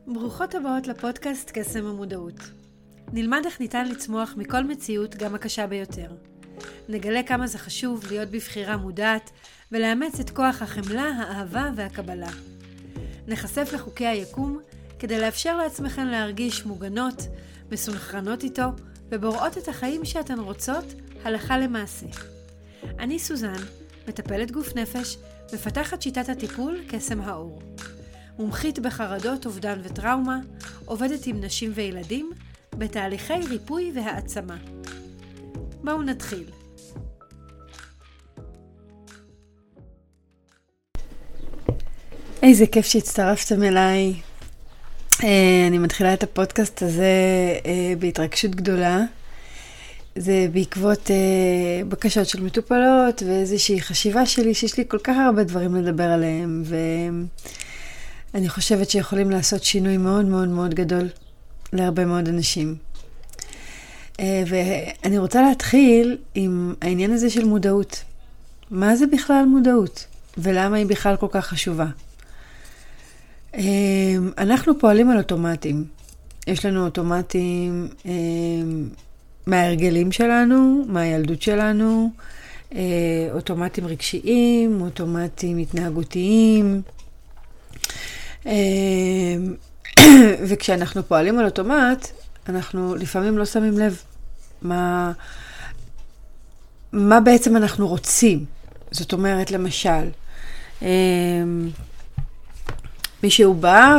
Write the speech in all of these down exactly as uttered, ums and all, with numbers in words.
ברוכות הבאות לפודקאסט קסם המודעות. נלמד איך ניתן לצמוח מכל מציאות, גם הקשה ביותר. נגלה כמה זה חשוב להיות בבחירה מודעת ולאמץ את כוח החמלה, האהבה והקבלה. נחשף לחוקי היקום כדי לאפשר לעצמכן להרגיש מוגנות, מסונכרנות איתו ובוראות את החיים שאתן רוצות הלכה למעשה. אני סוזן, מטפלת גוף נפש, מפתחת שיטת הטיפול קסם האור. מומחית בחרדות, אובדן וטראומה, עובדת עם נשים וילדים בתהליכי ריפוי והעצמה. בואו נתחיל. איזה כיף שהצטרפתם אליי. אני מתחילה את הפודקאסט הזה בהתרגשות גדולה. זה בעקבות בקשות של מטופלות ואיזושהי חשיבה שלי שיש לי כל כך הרבה דברים לדבר עליהם, ואני חושבת שיכולים לעשות שינוי מאוד מאוד מאוד גדול להרבה מאוד אנשים. ואני רוצה להתחיל עם העניין הזה של מודעות. מה זה בכלל מודעות? ולמה היא בכלל כל כך חשובה? אנחנו פועלים על אוטומטים. יש לנו אוטומטים מההרגלים שלנו, מהילדות שלנו, אוטומטים רגשיים, אוטומטים התנהגותיים. וכשאנחנו פועלים על אוטומט, אנחנו לפעמים לא שמים לב מה, מה בעצם אנחנו רוצים. זאת אומרת, למשל, מישהו בא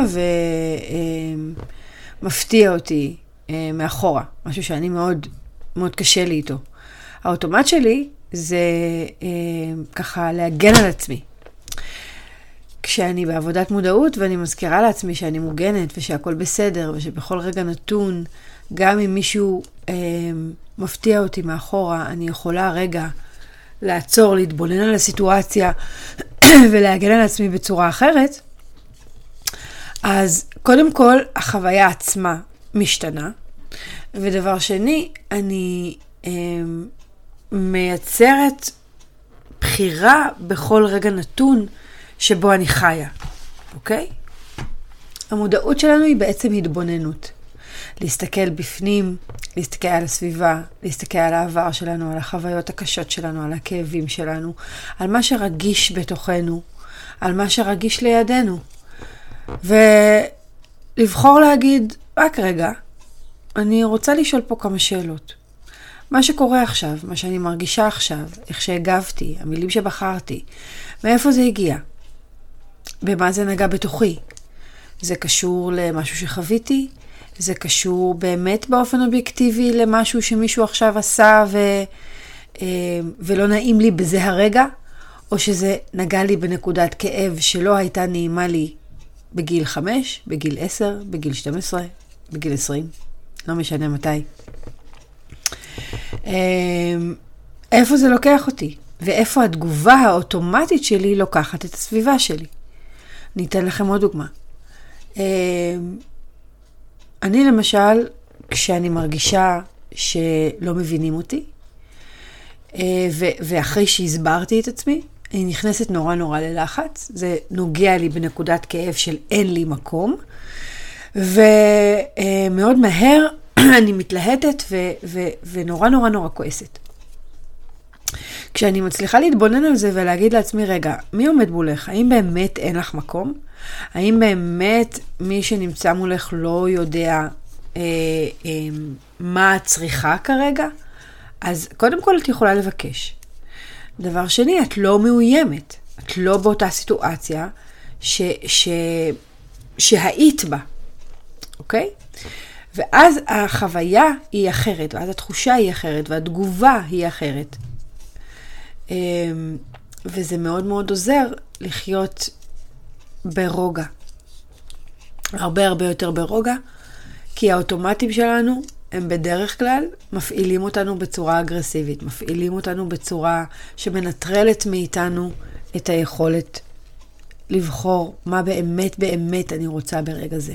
ומפתיע אותי מאחורה, משהו שאני מאוד, מאוד קשה לי איתו. האוטומט שלי זה ככה להגן על עצמי. כשאני בעבודת מודעות ואני מזכירה לעצמי שאני מוגנת ושהכל בסדר ושבכל רגע נתון, גם אם מישהו אה, מפתיע אותי מאחורה, אני יכולה רגע לעצור, להתבונן על הסיטואציה ולהגן על עצמי בצורה אחרת. אז קודם כל החוויה עצמה משתנה, ודבר שני, אני אה, מייצרת בחירה בכל רגע נתון שבו אני חיה, אוקיי? המודעות שלנו היא בעצם התבוננות. להסתכל בפנים, להסתכל על הסביבה, להסתכל על העבר שלנו, על החוויות הקשות שלנו, על הכאבים שלנו, על מה שרגיש בתוכנו, על מה שרגיש לידינו. ולבחור להגיד, רק רגע, אני רוצה לשאול פה כמה שאלות. מה שקורה עכשיו, מה שאני מרגישה עכשיו, איך שהגבתי, המילים שבחרתי, מאיפה זה הגיע? במה זה נגע בתוכי? זה קשור למשהו שחוויתי? זה קשור באמת באופן אובייקטיבי למשהו שמישהו עכשיו עשה ו... ולא נעים לי בזה הרגע? או שזה נגע לי בנקודת כאב שלא הייתה נעימה לי בגיל חמש, בגיל עשר, בגיל שתים עשרה, בגיל עשרים? לא משנה מתי. איפה זה לוקח אותי? ואיפה התגובה האוטומטית שלי לוקחת את הסביבה שלי? אני אתן לכם עוד דוגמה. אני למשל, כשאני מרגישה שלא מבינים אותי, ואחרי שהסברתי את עצמי, אני נכנסת נורא נורא ללחץ. זה נוגע לי בנקודת כאב של אין לי מקום, ומאוד מהר אני מתלהטת ו- ו- ונורא נורא נורא כועסת. כשאני מצליחה להתבונן על זה ולהגיד לעצמי, רגע, מי עומד מולך? האם באמת אין לך מקום? האם באמת מי שנמצא מולך לא יודע אה, אה, מה את צריכה כרגע? אז קודם כל את יכולה לבקש. דבר שני, את לא מאוימת. את לא באותה סיטואציה ש, ש, שהיית בה. אוקיי? ואז החוויה היא אחרת, ואז התחושה היא אחרת, והתגובה היא אחרת. וזה מאוד מאוד עוזר לחיות ברוגע. הרבה הרבה יותר ברוגע, כי האוטומטים שלנו הם בדרך כלל מפעילים אותנו בצורה אגרסיבית, מפעילים אותנו בצורה שמנטרלת מאיתנו את היכולת לבחור מה באמת באמת אני רוצה ברגע זה.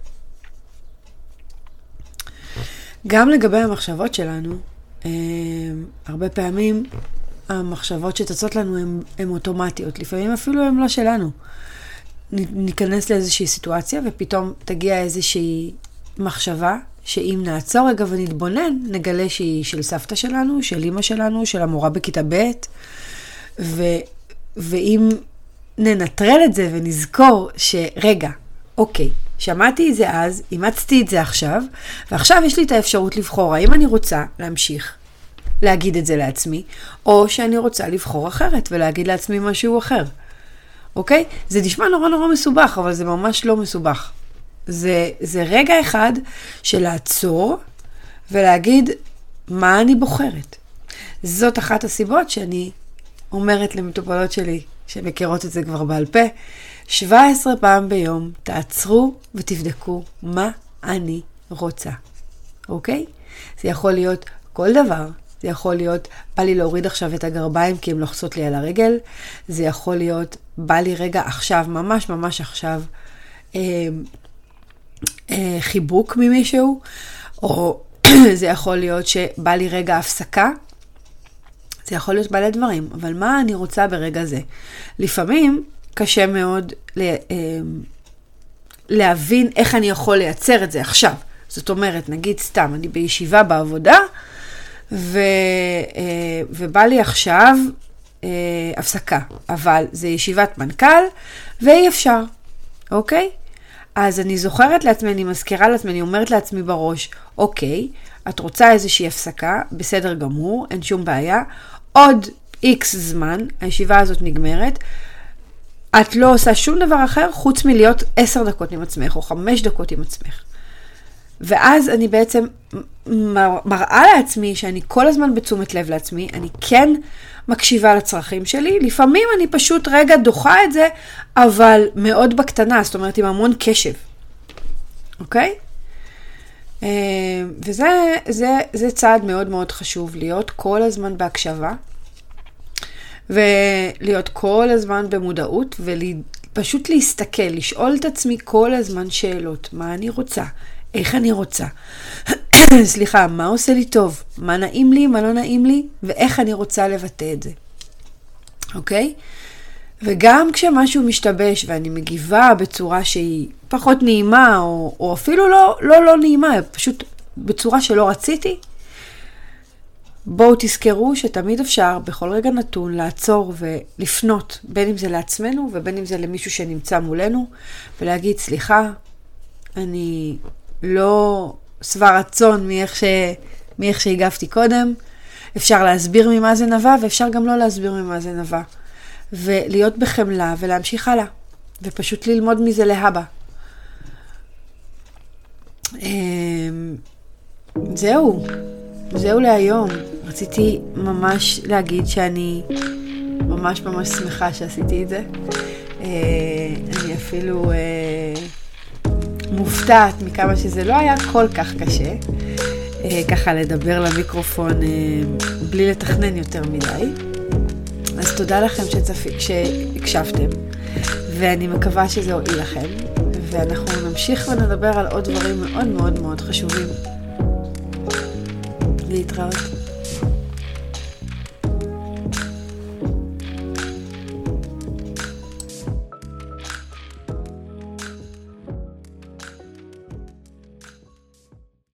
גם לגבי המחשבות שלנו, הרבה פעמים המחשבות שתצאות לנו הן אוטומטיות, לפעמים אפילו הן לא שלנו. ניכנס לאיזושהי סיטואציה, ופתאום תגיע איזושהי מחשבה, שאם נעצור רגע ונתבונן, נגלה שהיא של סבתא שלנו, של אמא שלנו, של המורה בכיתה ב', ו, ואם ננטרל את זה ונזכור שרגע, אוקיי, שמעתי את זה אז, אימצתי את זה עכשיו, ועכשיו יש לי את האפשרות לבחור, האם אני רוצה להמשיך להגיד את זה לעצמי, או שאני רוצה לבחור אחרת ולהגיד לעצמי משהו אחר. אוקיי? זה נשמע נורא נורא מסובך, אבל זה ממש לא מסובך. זה, זה רגע אחד של לעצור ולהגיד מה אני בוחרת. זאת אחת הסיבות שאני אומרת למטופלות שלי, שמכירות את זה כבר בעל פה, שבע עשרה פעם ביום תעצרו ותבדקו מה אני רוצה. אוקיי? זה יכול להיות כל דבר. זה יכול להיות, בא לי להוריד עכשיו את הגרביים כי הם לוחצות לי על הרגל. זה יכול להיות, בא לי רגע עכשיו, ממש ממש עכשיו, אה, אה, חיבוק ממישהו, או זה יכול להיות שבא לי רגע הפסקה. זה יכול להיות בעלי דברים, אבל מה אני רוצה ברגע זה? לפעמים קשה מאוד לה, אה, להבין איך אני יכול לייצר את זה עכשיו. זאת אומרת, נגיד סתם, אני בישיבה בעבודה, ו, ובא לי עכשיו הפסקה, אבל זה ישיבת מנכ"ל, ואי אפשר, אוקיי? אז אני זוכרת לעצמי, אני מזכירה לעצמי, אני אומרת לעצמי בראש, אוקיי, את רוצה איזושהי הפסקה, בסדר גמור, אין שום בעיה, עוד איקס זמן, הישיבה הזאת נגמרת, את לא עושה שום דבר אחר, חוץ מלהיות עשר דקות עם עצמך, או חמש דקות עם עצמך. ואז אני בעצם מראה לעצמי שאני כל הזמן בתשומת לב לעצמי, אני כן מקשיבה לצרכים שלי, לפעמים אני פשוט רגע דוחה את זה, אבל מאוד בקטנה, זאת אומרת עם המון קשב. אוקיי? וזה זה, זה צעד מאוד מאוד חשוב, להיות כל הזמן בהקשבה, ולהיות כל הזמן במודעות, ופשוט להסתכל, לשאול את עצמי כל הזמן שאלות, מה אני רוצה? איך אני רוצה? סליחה, מה עושה לי טוב? מה נעים לי, מה לא נעים לי? ואיך אני רוצה לבטא את זה. אוקיי? וגם כשמשהו משתבש ואני מגיבה בצורה שהיא פחות נעימה, או, או אפילו לא, לא, לא נעימה, פשוט בצורה שלא רציתי, בואו תזכרו שתמיד אפשר בכל רגע נתון לעצור ולפנות, בין אם זה לעצמנו ובין אם זה למישהו שנמצא מולנו, ולהגיד, סליחה, אני לא שבע רצון מאיך, ש... מאיך שהגבתי קודם. אפשר להסביר ממה זה נבע, ואפשר גם לא להסביר ממה זה נבע. ולהיות בחמלה ולהמשיך הלאה. ופשוט ללמוד מזה להבא. זהו. זהו להיום. רציתי ממש להגיד שאני ממש ממש שמחה שעשיתי את זה. אני אפילו מופתעת מכמה שזה לא היה כל כך קשה. ככה לדבר למיקרופון בלי לתכנן יותר מדי. אז תודה לכם שהקשבתם, ואני מקווה שזה הועיל לכם, ואנחנו נמשיך ונדבר על עוד דברים מאוד מאוד מאוד חשובים. להתראות.